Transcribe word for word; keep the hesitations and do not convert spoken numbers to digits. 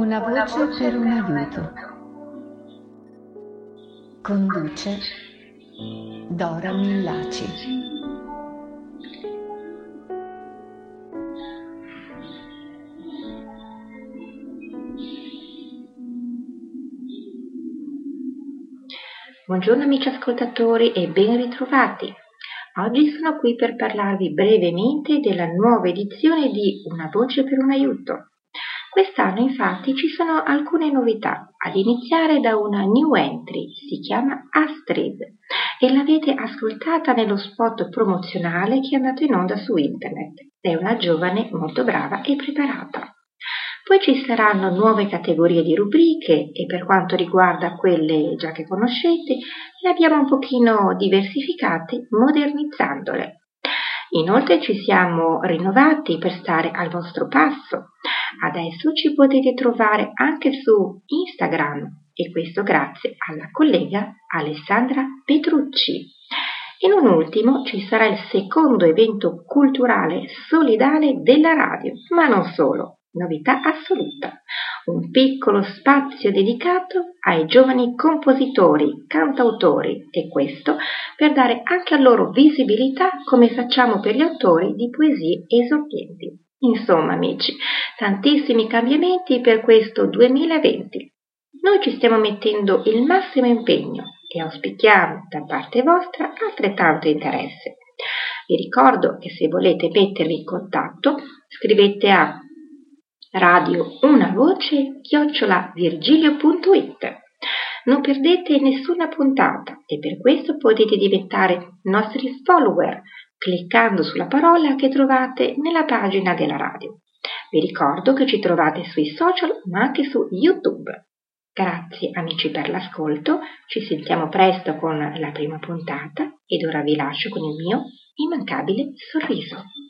Una voce per un aiuto. Conduce Dora Millaci. Buongiorno amici ascoltatori e ben ritrovati. Oggi sono qui per parlarvi brevemente della nuova edizione di Una voce per un aiuto. Quest'anno infatti ci sono alcune novità, ad iniziare da una new entry, si chiama Astrid e l'avete ascoltata nello spot promozionale che è andato in onda su internet. È una giovane molto brava e preparata. Poi ci saranno nuove categorie di rubriche e per quanto riguarda quelle già che conoscete, le abbiamo un pochino diversificate modernizzandole. Inoltre ci siamo rinnovati per stare al vostro passo. Adesso ci potete trovare anche su Instagram e questo grazie alla collega Alessandra Petrucci. E non ultimo ci sarà il secondo evento culturale solidale della radio, ma non solo. Novità assoluta, un piccolo spazio dedicato ai giovani compositori, cantautori e questo per dare anche a loro visibilità come facciamo per gli autori di poesie esordienti. Insomma amici, tantissimi cambiamenti per questo duemilaventi. Noi ci stiamo mettendo il massimo impegno e auspichiamo da parte vostra altrettanto interesse. Vi ricordo che se volete mettervi in contatto scrivete a radio una voce chiocciola virgilio punto it. Non perdete nessuna puntata e per questo potete diventare nostri follower cliccando sulla parola che trovate nella pagina della radio. Vi ricordo che ci trovate sui social ma anche su YouTube. Grazie amici per l'ascolto, ci sentiamo presto con la prima puntata ed ora vi lascio con il mio immancabile sorriso.